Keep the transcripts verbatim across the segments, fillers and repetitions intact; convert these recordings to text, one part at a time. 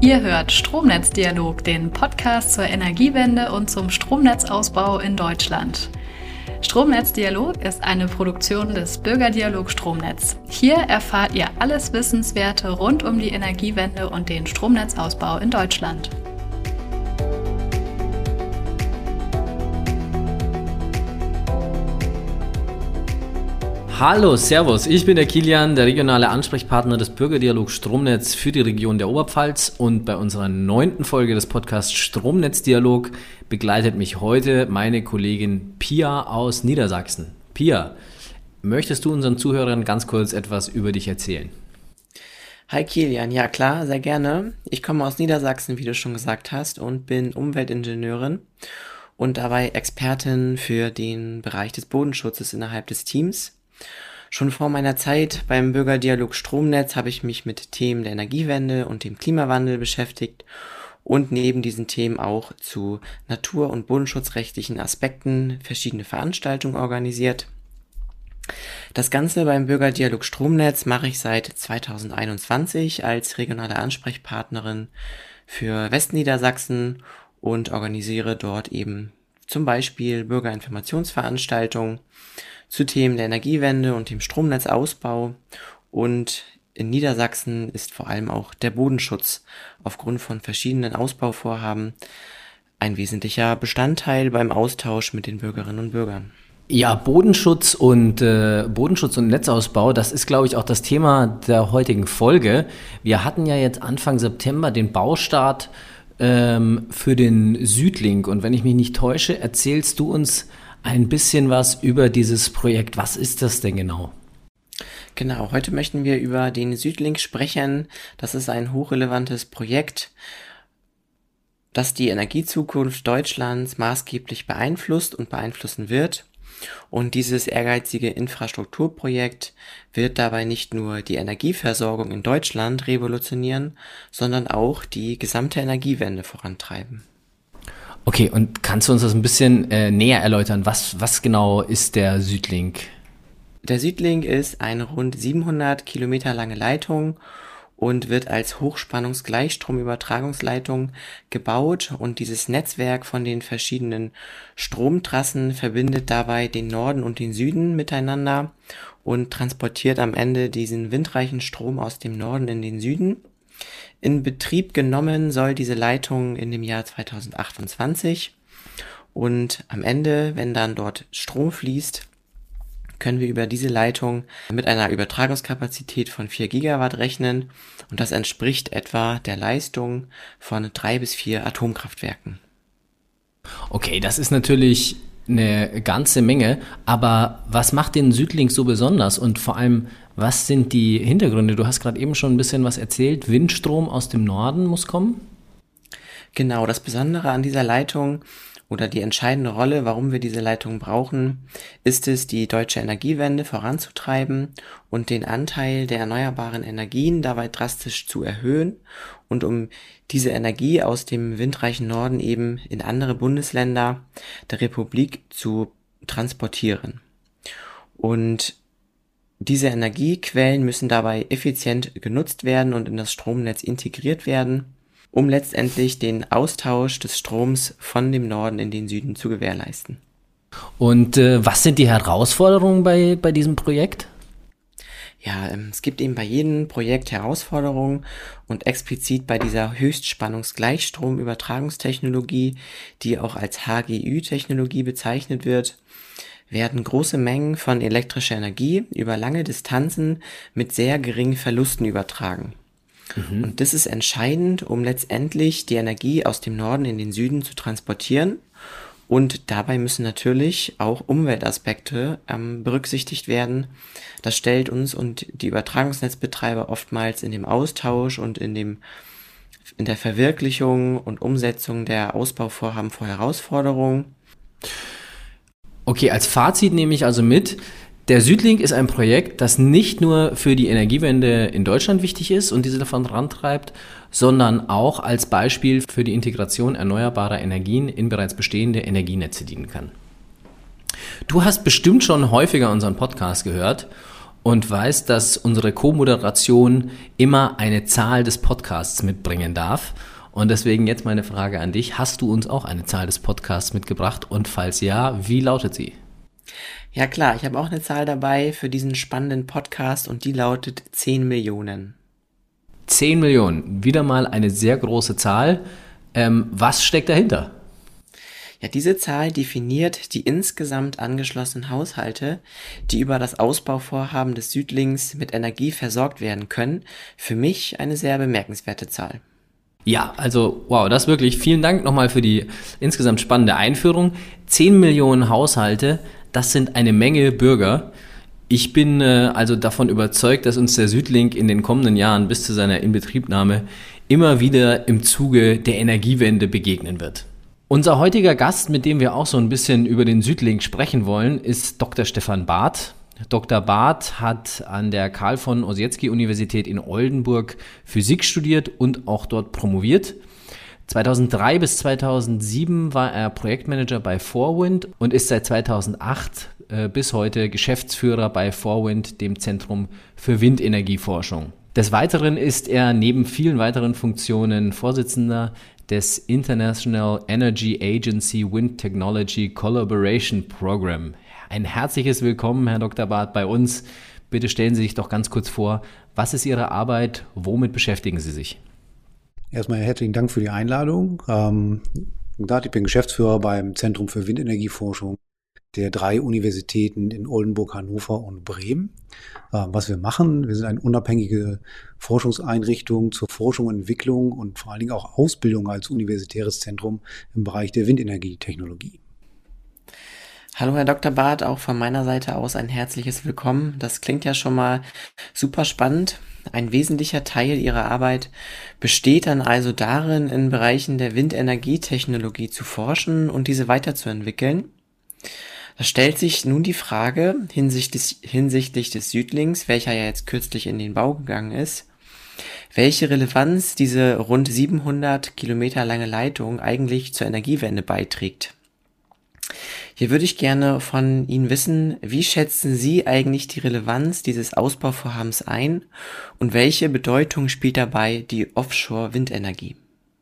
Ihr hört Stromnetzdialog, den Podcast zur Energiewende und zum Stromnetzausbau in Deutschland. Stromnetzdialog ist eine Produktion des Bürgerdialog Stromnetz. Hier erfahrt ihr alles Wissenswerte rund um die Energiewende und den Stromnetzausbau in Deutschland. Hallo, Servus, ich bin der Kilian, der regionale Ansprechpartner des Bürgerdialog Stromnetz für die Region der Oberpfalz, und bei unserer neunten Folge des Podcasts Stromnetzdialog begleitet mich heute meine Kollegin Pia aus Niedersachsen. Pia, möchtest du unseren Zuhörern ganz kurz etwas über dich erzählen? Hi Kilian, ja klar, sehr gerne. Ich komme aus Niedersachsen, wie du schon gesagt hast, und bin Umweltingenieurin und dabei Expertin für den Bereich des Bodenschutzes innerhalb des Teams. Schon vor meiner Zeit beim Bürgerdialog Stromnetz habe ich mich mit Themen der Energiewende und dem Klimawandel beschäftigt und neben diesen Themen auch zu natur- und bodenschutzrechtlichen Aspekten verschiedene Veranstaltungen organisiert. Das Ganze beim Bürgerdialog Stromnetz mache ich seit zweitausendeinundzwanzig als regionale Ansprechpartnerin für Westniedersachsen und organisiere dort eben zum Beispiel Bürgerinformationsveranstaltungen zu Themen der Energiewende und dem Stromnetzausbau, und in Niedersachsen ist vor allem auch der Bodenschutz aufgrund von verschiedenen Ausbauvorhaben ein wesentlicher Bestandteil beim Austausch mit den Bürgerinnen und Bürgern. Ja, Bodenschutz und äh, Bodenschutz und Netzausbau, das ist, glaube ich, auch das Thema der heutigen Folge. Wir hatten ja jetzt Anfang September den Baustart ähm, für den Südlink, und wenn ich mich nicht täusche, erzählst du uns ein bisschen was über dieses Projekt. Was ist das denn genau? Genau, heute möchten wir über den Südlink sprechen. Das ist ein hochrelevantes Projekt, das die Energiezukunft Deutschlands maßgeblich beeinflusst und beeinflussen wird. Und dieses ehrgeizige Infrastrukturprojekt wird dabei nicht nur die Energieversorgung in Deutschland revolutionieren, sondern auch die gesamte Energiewende vorantreiben. Okay, und kannst du uns das ein bisschen äh, näher erläutern? Was, was genau ist der Südlink? Der Südlink ist eine rund siebenhundert Kilometer lange Leitung und wird als Hochspannungsgleichstromübertragungsleitung gebaut, und dieses Netzwerk von den verschiedenen Stromtrassen verbindet dabei den Norden und den Süden miteinander und transportiert am Ende diesen windreichen Strom aus dem Norden in den Süden. In Betrieb genommen soll diese Leitung in dem Jahr zweitausendachtundzwanzig, und am Ende, wenn dann dort Strom fließt, können wir über diese Leitung mit einer Übertragungskapazität von vier Gigawatt rechnen, und das entspricht etwa der Leistung von drei bis vier Atomkraftwerken. Okay, das ist natürlich eine ganze Menge, aber was macht den Südlink so besonders, und vor allem, was sind die Hintergründe? Du hast gerade eben schon ein bisschen was erzählt. Windstrom aus dem Norden muss kommen? Genau, das Besondere an dieser Leitung oder die entscheidende Rolle, warum wir diese Leitung brauchen, ist es, die deutsche Energiewende voranzutreiben und den Anteil der erneuerbaren Energien dabei drastisch zu erhöhen, und um diese Energie aus dem windreichen Norden eben in andere Bundesländer der Republik zu transportieren. Und diese Energiequellen müssen dabei effizient genutzt werden und in das Stromnetz integriert werden, um letztendlich den Austausch des Stroms von dem Norden in den Süden zu gewährleisten. Und äh, was sind die Herausforderungen bei, bei diesem Projekt? Ja, es gibt eben bei jedem Projekt Herausforderungen, und explizit bei dieser Höchstspannungsgleichstromübertragungstechnologie, die auch als H G Ü-Technologie bezeichnet wird, werden große Mengen von elektrischer Energie über lange Distanzen mit sehr geringen Verlusten übertragen. Mhm. Und das ist entscheidend, um letztendlich die Energie aus dem Norden in den Süden zu transportieren. Und dabei müssen natürlich auch Umweltaspekte ähm, berücksichtigt werden. Das stellt uns und die Übertragungsnetzbetreiber oftmals in dem Austausch und in dem, in der Verwirklichung und Umsetzung der Ausbauvorhaben vor Herausforderungen. Okay, als Fazit nehme ich also mit, der Südlink ist ein Projekt, das nicht nur für die Energiewende in Deutschland wichtig ist und diese davon vorantreibt, sondern auch als Beispiel für die Integration erneuerbarer Energien in bereits bestehende Energienetze dienen kann. Du hast bestimmt schon häufiger unseren Podcast gehört, und weiß, dass unsere Co-Moderation immer eine Zahl des Podcasts mitbringen darf. Und deswegen jetzt meine Frage an dich. Hast du uns auch eine Zahl des Podcasts mitgebracht? Und falls ja, wie lautet sie? Ja klar, ich habe auch eine Zahl dabei für diesen spannenden Podcast und die lautet zehn Millionen. zehn Millionen, wieder mal eine sehr große Zahl. Ähm, was steckt dahinter? Ja, diese Zahl definiert die insgesamt angeschlossenen Haushalte, die über das Ausbauvorhaben des Südlings mit Energie versorgt werden können. Für mich eine sehr bemerkenswerte Zahl. Ja, also wow, das wirklich. Vielen Dank nochmal für die insgesamt spannende Einführung. zehn Millionen Haushalte, das sind eine Menge Bürger. Ich bin äh, also davon überzeugt, dass uns der Südlink in den kommenden Jahren bis zu seiner Inbetriebnahme immer wieder im Zuge der Energiewende begegnen wird. Unser heutiger Gast, mit dem wir auch so ein bisschen über den Südlink sprechen wollen, ist Doktor Stefan Barth. Doktor Barth hat an der Karl von Ossietzky Universität in Oldenburg Physik studiert und auch dort promoviert. zweitausenddrei bis zweitausendsieben war er Projektmanager bei Forwind und ist seit zweitausendacht äh, bis heute Geschäftsführer bei Forwind, dem Zentrum für Windenergieforschung. Des Weiteren ist er neben vielen weiteren Funktionen Vorsitzender des International Energy Agency Wind Technology Collaboration Program. Ein herzliches Willkommen, Herr Doktor Barth, bei uns. Bitte stellen Sie sich doch ganz kurz vor, was ist Ihre Arbeit, womit beschäftigen Sie sich? Erstmal herzlichen Dank für die Einladung. Ähm, ich bin Geschäftsführer beim Zentrum für Windenergieforschung der drei Universitäten in Oldenburg, Hannover und Bremen. Äh, was wir machen, wir sind eine unabhängige Forschungseinrichtung zur Forschung und Entwicklung und vor allen Dingen auch Ausbildung als universitäres Zentrum im Bereich der Windenergietechnologie. Hallo Herr Doktor Barth, auch von meiner Seite aus ein herzliches Willkommen. Das klingt ja schon mal super spannend. Ein wesentlicher Teil Ihrer Arbeit besteht dann also darin, in Bereichen der Windenergietechnologie zu forschen und diese weiterzuentwickeln. Da stellt sich nun die Frage hinsichtlich, hinsichtlich des Südlings, welcher ja jetzt kürzlich in den Bau gegangen ist, welche Relevanz diese rund siebenhundert Kilometer lange Leitung eigentlich zur Energiewende beiträgt. Hier würde ich gerne von Ihnen wissen, wie schätzen Sie eigentlich die Relevanz dieses Ausbauvorhabens ein und welche Bedeutung spielt dabei die Offshore-Windenergie?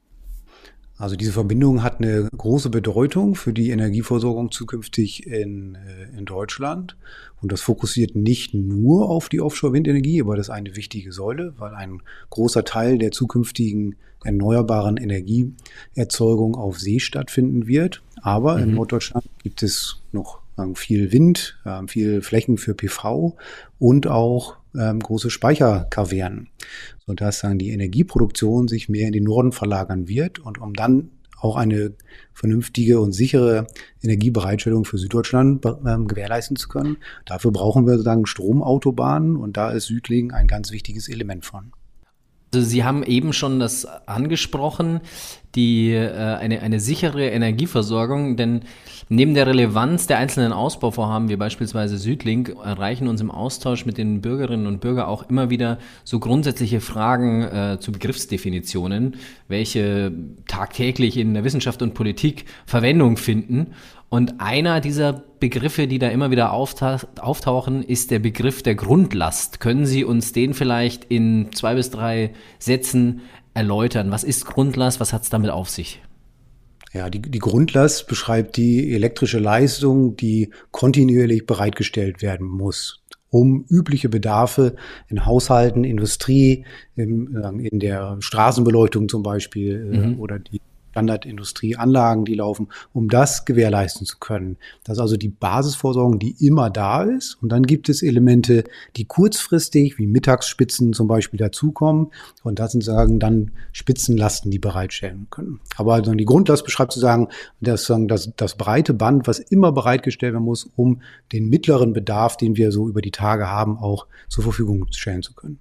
Also diese Verbindung hat eine große Bedeutung für die Energieversorgung zukünftig in, in Deutschland. Und das fokussiert nicht nur auf die Offshore-Windenergie, aber das ist eine wichtige Säule, weil ein großer Teil der zukünftigen erneuerbaren Energieerzeugung auf See stattfinden wird. Aber mhm. in Norddeutschland gibt es noch sagen, viel Wind, äh, viel Flächen für P V und auch ähm, große Speicherkavernen, sodass sagen, die Energieproduktion sich mehr in den Norden verlagern wird. Und um dann auch eine vernünftige und sichere Energiebereitstellung für Süddeutschland äh, gewährleisten zu können, dafür brauchen wir sozusagen Stromautobahnen und da ist Südling ein ganz wichtiges Element von. Also Sie haben eben schon das angesprochen, die äh, eine eine sichere Energieversorgung, denn neben der Relevanz der einzelnen Ausbauvorhaben, wie beispielsweise Südlink, erreichen uns im Austausch mit den Bürgerinnen und Bürgern auch immer wieder so grundsätzliche Fragen äh, zu Begriffsdefinitionen, welche tagtäglich in der Wissenschaft und Politik Verwendung finden. Und einer dieser Begriffe, die da immer wieder auftauchen, ist der Begriff der Grundlast. Können Sie uns den vielleicht in zwei bis drei Sätzen erläutern? Was ist Grundlast? Was hat es damit auf sich? Ja, die, die Grundlast beschreibt die elektrische Leistung, die kontinuierlich bereitgestellt werden muss, um übliche Bedarfe in Haushalten, Industrie, in, in der Straßenbeleuchtung zum Beispiel mhm. oder die Standardindustrieanlagen, die laufen, um das gewährleisten zu können. Das ist also die Basisversorgung, die immer da ist. Und dann gibt es Elemente, die kurzfristig, wie Mittagsspitzen zum Beispiel, dazukommen. Und das sind sagen dann Spitzenlasten, die bereitstellen können. Aber dann die Grundlast beschreibt sozusagen das, das, das breite Band, was immer bereitgestellt werden muss, um den mittleren Bedarf, den wir so über die Tage haben, auch zur Verfügung stellen zu können.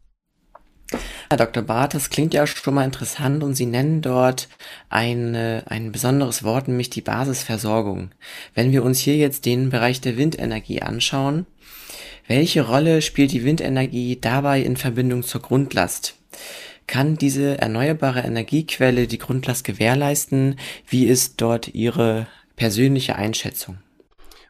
Herr Doktor Barth, das klingt ja schon mal interessant und Sie nennen dort ein, ein besonderes Wort, nämlich die Basisversorgung. Wenn wir uns hier jetzt den Bereich der Windenergie anschauen, welche Rolle spielt die Windenergie dabei in Verbindung zur Grundlast? Kann diese erneuerbare Energiequelle die Grundlast gewährleisten? Wie ist dort Ihre persönliche Einschätzung?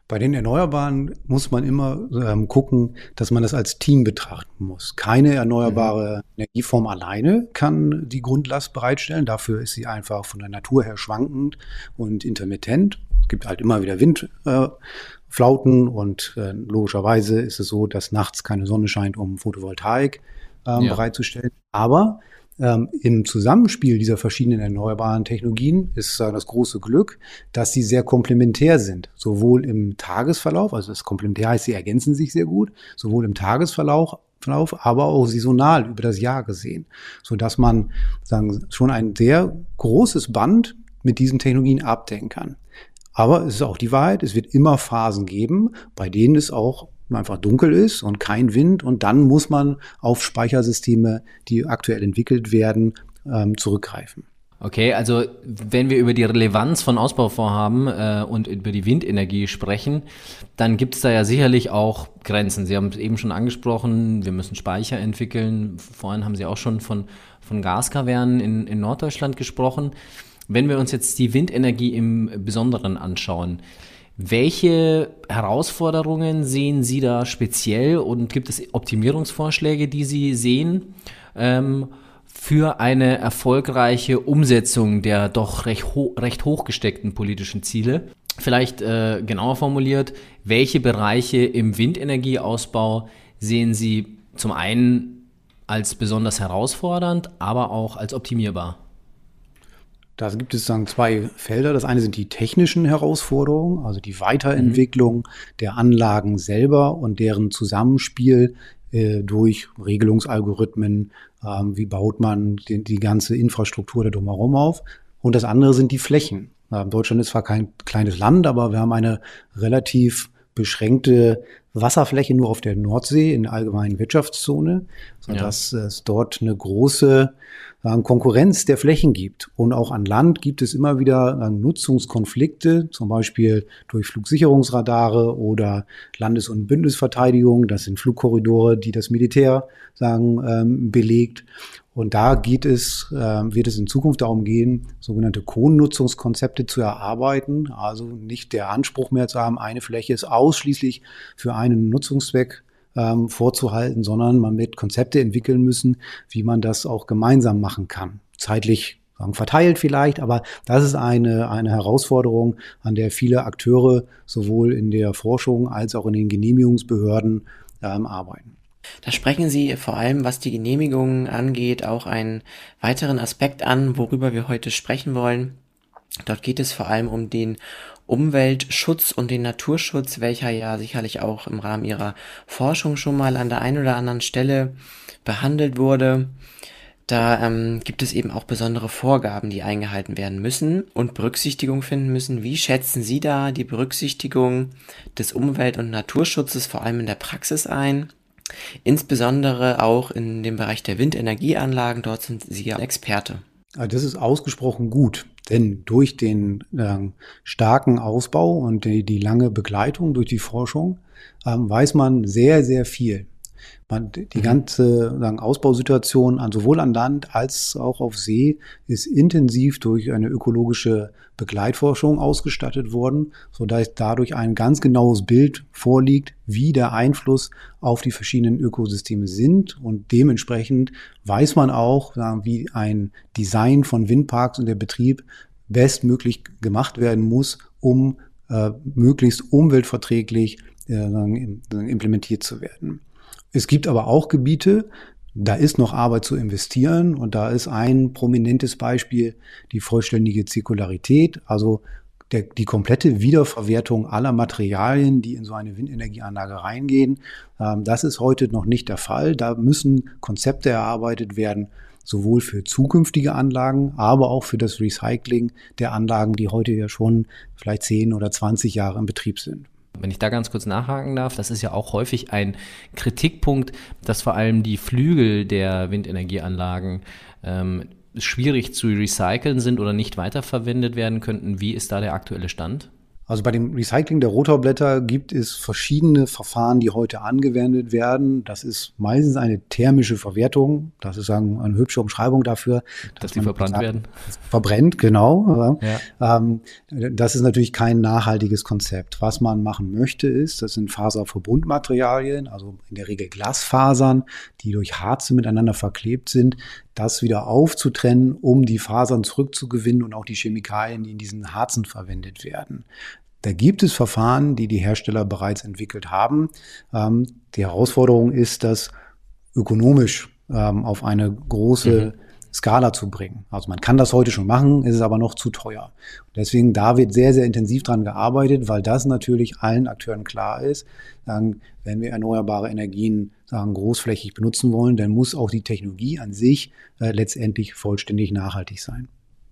Bei den Erneuerbaren muss man immer ähm, gucken, dass man das als Team betrachten muss. Keine erneuerbare mhm. Energieform alleine kann die Grundlast bereitstellen. Dafür ist sie einfach von der Natur her schwankend und intermittent. Es gibt halt immer wieder Windflauten äh, und äh, logischerweise ist es so, dass nachts keine Sonne scheint, um Photovoltaik ähm, ja. bereitzustellen. Aber Ähm, im Zusammenspiel dieser verschiedenen erneuerbaren Technologien ist äh, das große Glück, dass sie sehr komplementär sind, sowohl im Tagesverlauf, also das komplementär heißt, sie ergänzen sich sehr gut, sowohl im Tagesverlauf, Verlauf, aber auch saisonal über das Jahr gesehen, sodass man sagen, schon ein sehr großes Band mit diesen Technologien abdecken kann. Aber es ist auch die Wahrheit, es wird immer Phasen geben, bei denen es auch einfach dunkel ist und kein Wind und dann muss man auf Speichersysteme, die aktuell entwickelt werden, ähm, zurückgreifen. Okay, also wenn wir über die Relevanz von Ausbauvorhaben äh, und über die Windenergie sprechen, dann gibt es da ja sicherlich auch Grenzen. Sie haben es eben schon angesprochen, wir müssen Speicher entwickeln. Vorhin haben Sie auch schon von, von Gaskavernen in, in Norddeutschland gesprochen. Wenn wir uns jetzt die Windenergie im Besonderen anschauen, welche Herausforderungen sehen Sie da speziell und gibt es Optimierungsvorschläge, die Sie sehen ähm, für eine erfolgreiche Umsetzung der doch recht, ho- recht hochgesteckten politischen Ziele? Vielleicht äh, genauer formuliert, welche Bereiche im Windenergieausbau sehen Sie zum einen als besonders herausfordernd, aber auch als optimierbar? Da gibt es dann zwei Felder. Das eine sind die technischen Herausforderungen, also die Weiterentwicklung mhm. der Anlagen selber und deren Zusammenspiel äh, durch Regelungsalgorithmen. Ähm, wie baut man die, die ganze Infrastruktur da drumherum auf? Und das andere sind die Flächen. Äh, Deutschland ist zwar kein kleines Land, aber wir haben eine relativ beschränkte Wasserfläche nur auf der Nordsee in der allgemeinen Wirtschaftszone, sodass ja. es dort eine große sagen, Konkurrenz der Flächen gibt. Und auch an Land gibt es immer wieder sagen, Nutzungskonflikte, zum Beispiel durch Flugsicherungsradare oder Landes- und Bündnisverteidigung. Das sind Flugkorridore, die das Militär sagen, ähm, belegt. Und da geht es, äh, wird es in Zukunft darum gehen, sogenannte Co-Nutzungskonzepte zu erarbeiten. Also nicht der Anspruch mehr zu haben, eine Fläche ist ausschließlich für einen Nutzungszweck ähm, vorzuhalten, sondern man wird Konzepte entwickeln müssen, wie man das auch gemeinsam machen kann. Zeitlich sagen, verteilt vielleicht, aber das ist eine, eine Herausforderung, an der viele Akteure sowohl in der Forschung als auch in den Genehmigungsbehörden ähm, arbeiten. Da sprechen Sie vor allem, was die Genehmigungen angeht, auch einen weiteren Aspekt an, worüber wir heute sprechen wollen. Dort geht es vor allem um den Umweltschutz und den Naturschutz, welcher ja sicherlich auch im Rahmen Ihrer Forschung schon mal an der einen oder anderen Stelle behandelt wurde. Da ähm, gibt es eben auch besondere Vorgaben, die eingehalten werden müssen und Berücksichtigung finden müssen. Wie schätzen Sie da die Berücksichtigung des Umwelt- und Naturschutzes vor allem in der Praxis ein? Insbesondere auch in dem Bereich der Windenergieanlagen, dort sind Sie ja Experte. Das ist ausgesprochen gut, denn durch den äh, starken Ausbau und die, die lange Begleitung durch die Forschung ähm, weiß man sehr, sehr viel. Man, die ganze sagen, Ausbausituation an sowohl an Land als auch auf See ist intensiv durch eine ökologische Begleitforschung ausgestattet worden, sodass dadurch ein ganz genaues Bild vorliegt, wie der Einfluss auf die verschiedenen Ökosysteme sind. Und dementsprechend weiß man auch, sagen, wie ein Design von Windparks und der Betrieb bestmöglich gemacht werden muss, um äh, möglichst umweltverträglich äh, sagen, implementiert zu werden. Es gibt aber auch Gebiete, da ist noch Arbeit zu investieren und da ist ein prominentes Beispiel die vollständige Zirkularität, also der, die komplette Wiederverwertung aller Materialien, die in so eine Windenergieanlage reingehen. Ähm, das ist heute noch nicht der Fall. Da müssen Konzepte erarbeitet werden, sowohl für zukünftige Anlagen, aber auch für das Recycling der Anlagen, die heute ja schon vielleicht zehn oder zwanzig Jahre in Betrieb sind. Wenn ich da ganz kurz nachhaken darf, das ist ja auch häufig ein Kritikpunkt, dass vor allem die Flügel der Windenergieanlagen ähm, schwierig zu recyceln sind oder nicht weiterverwendet werden könnten. Wie ist da der aktuelle Stand? Also bei dem Recycling der Rotorblätter gibt es verschiedene Verfahren, die heute angewendet werden. Das ist meistens eine thermische Verwertung. Das ist sagen, eine hübsche Umschreibung dafür. Dass, dass die verbrannt sagt, werden. Verbrennt, genau. Ja. Ähm, das ist natürlich kein nachhaltiges Konzept. Was man machen möchte ist, das sind Faserverbundmaterialien, also in der Regel Glasfasern, die durch Harze miteinander verklebt sind, das wieder aufzutrennen, um die Fasern zurückzugewinnen und auch die Chemikalien, die in diesen Harzen verwendet werden. Da gibt es Verfahren, die die Hersteller bereits entwickelt haben. Ähm, die Herausforderung ist, das ökonomisch ähm, auf eine große mhm. Skala zu bringen. Also man kann das heute schon machen, ist es aber noch zu teuer. Deswegen, da wird sehr, sehr intensiv dran gearbeitet, weil das natürlich allen Akteuren klar ist. Sagen, wenn wir erneuerbare Energien sagen, großflächig benutzen wollen, dann muss auch die Technologie an sich äh, letztendlich vollständig nachhaltig sein.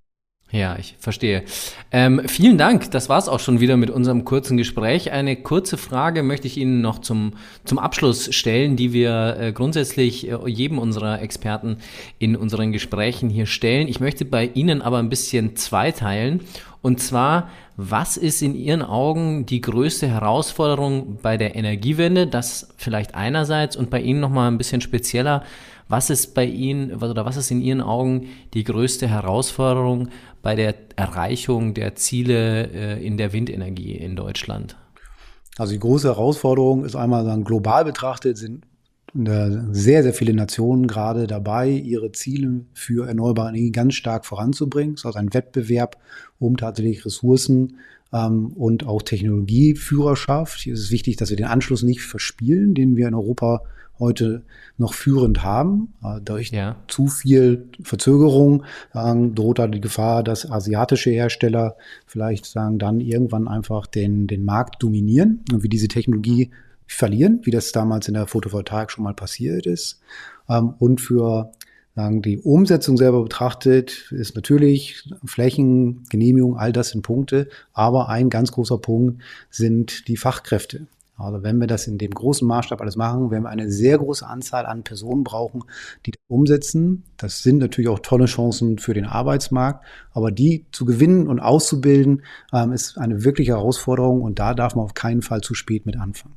Ja, ich verstehe. Ähm, vielen Dank. Das war's auch schon wieder mit unserem kurzen Gespräch. Eine kurze Frage möchte ich Ihnen noch zum, zum Abschluss stellen, die wir äh, grundsätzlich äh, jedem unserer Experten in unseren Gesprächen hier stellen. Ich möchte bei Ihnen aber ein bisschen zweiteilen. Und zwar, was ist in Ihren Augen die größte Herausforderung bei der Energiewende? Das vielleicht einerseits und bei Ihnen nochmal ein bisschen spezieller. Was ist bei Ihnen oder was ist in Ihren Augen die größte Herausforderung bei der Erreichung der Ziele äh, in der Windenergie in Deutschland? Also die große Herausforderung ist einmal sagen, global betrachtet sind sehr, sehr viele Nationen gerade dabei, ihre Ziele für erneuerbare Energie ganz stark voranzubringen. Es ist also ein Wettbewerb um tatsächlich Ressourcen ähm, und auch Technologieführerschaft. Hier ist es wichtig, dass wir den Anschluss nicht verspielen, den wir in Europa heute noch führend haben. Durch ja. zu viel Verzögerung sagen, droht da die Gefahr, dass asiatische Hersteller vielleicht sagen, dann irgendwann einfach den, den Markt dominieren und wir diese Technologie verlieren, wie das damals in der Photovoltaik schon mal passiert ist. Und für sagen, die Umsetzung selber betrachtet ist natürlich Flächen, Genehmigung, all das sind Punkte, aber ein ganz großer Punkt sind die Fachkräfte. Also wenn wir das in dem großen Maßstab alles machen, werden wir eine sehr große Anzahl an Personen brauchen, die das umsetzen. Das sind natürlich auch tolle Chancen für den Arbeitsmarkt, aber die zu gewinnen und auszubilden, ähm, ist eine wirkliche Herausforderung und da darf man auf keinen Fall zu spät mit anfangen.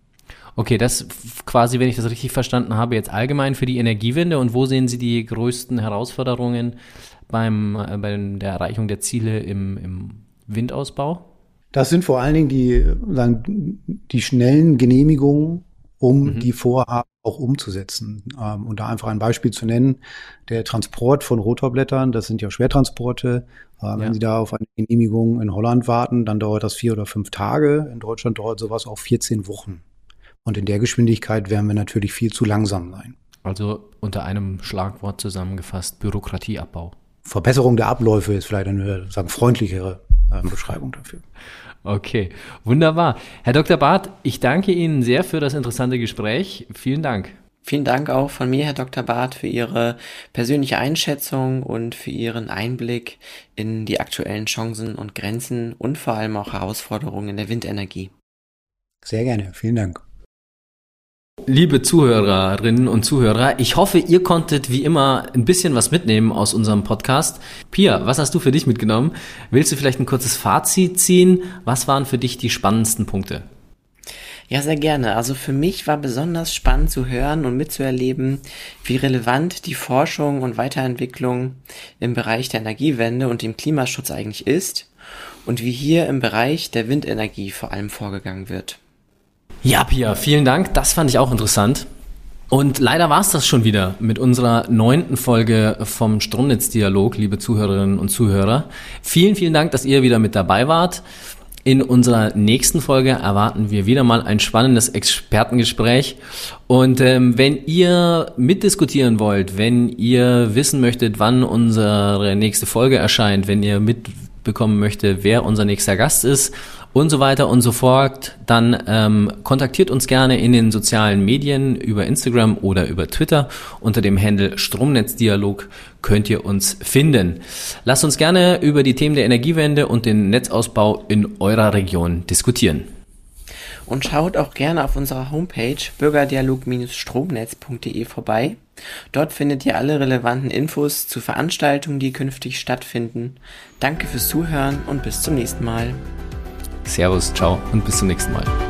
Okay, das quasi, wenn ich das richtig verstanden habe, jetzt allgemein für die Energiewende. Und wo sehen Sie die größten Herausforderungen beim, äh, bei der Erreichung der Ziele im, im Windausbau? Das sind vor allen Dingen die, sagen, die schnellen Genehmigungen, um mhm. die Vorhaben auch umzusetzen. Ähm, und da einfach ein Beispiel zu nennen, der Transport von Rotorblättern, das sind ja Schwertransporte. Äh, ja. Wenn Sie da auf eine Genehmigung in Holland warten, dann dauert das vier oder fünf Tage. In Deutschland dauert sowas auch vierzehn Wochen. Und in der Geschwindigkeit werden wir natürlich viel zu langsam sein. Also unter einem Schlagwort zusammengefasst, Bürokratieabbau. Verbesserung der Abläufe ist vielleicht eine sagen, freundlichere äh, Beschreibung dafür. Okay, wunderbar. Herr Doktor Barth, ich danke Ihnen sehr für das interessante Gespräch. Vielen Dank. Vielen Dank auch von mir, Herr Doktor Barth, für Ihre persönliche Einschätzung und für Ihren Einblick in die aktuellen Chancen und Grenzen und vor allem auch Herausforderungen in der Windenergie. Sehr gerne, vielen Dank. Liebe Zuhörerinnen und Zuhörer, ich hoffe, ihr konntet wie immer ein bisschen was mitnehmen aus unserem Podcast. Pia, was hast du für dich mitgenommen? Willst du vielleicht ein kurzes Fazit ziehen? Was waren für dich die spannendsten Punkte? Ja, sehr gerne. Also für mich war besonders spannend zu hören und mitzuerleben, wie relevant die Forschung und Weiterentwicklung im Bereich der Energiewende und dem Klimaschutz eigentlich ist und wie hier im Bereich der Windenergie vor allem vorgegangen wird. Ja, Pia, vielen Dank. Das fand ich auch interessant. Und leider war es das schon wieder mit unserer neunten Folge vom Stromnetzdialog, liebe Zuhörerinnen und Zuhörer. Vielen, vielen Dank, dass ihr wieder mit dabei wart. In unserer nächsten Folge erwarten wir wieder mal ein spannendes Expertengespräch. Und ähm, wenn ihr mitdiskutieren wollt, wenn ihr wissen möchtet, wann unsere nächste Folge erscheint, wenn ihr mitbekommen möchtet, wer unser nächster Gast ist und so weiter und so fort, dann ähm, kontaktiert uns gerne in den sozialen Medien über Instagram oder über Twitter. Unter dem Handle Stromnetzdialog könnt ihr uns finden. Lasst uns gerne über die Themen der Energiewende und den Netzausbau in eurer Region diskutieren. Und schaut auch gerne auf unserer Homepage bürgerdialog stromnetz punkt de vorbei. Dort findet ihr alle relevanten Infos zu Veranstaltungen, die künftig stattfinden. Danke fürs Zuhören und bis zum nächsten Mal. Servus, ciao und bis zum nächsten Mal.